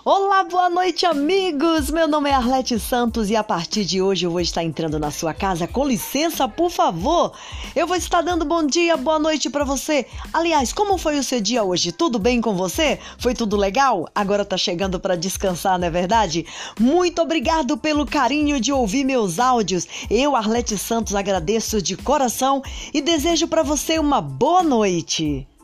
Olá, boa noite, amigos! Meu nome é Arlete Santos e a partir de hoje eu vou estar entrando na sua casa. Com licença, por favor! Eu vou estar dando bom dia, boa noite pra você. Aliás, como foi o seu dia hoje? Tudo bem com você? Foi tudo legal? Agora tá chegando pra descansar, não é verdade? Muito obrigado pelo carinho de ouvir meus áudios. Eu, Arlete Santos, agradeço de coração e desejo pra você uma boa noite.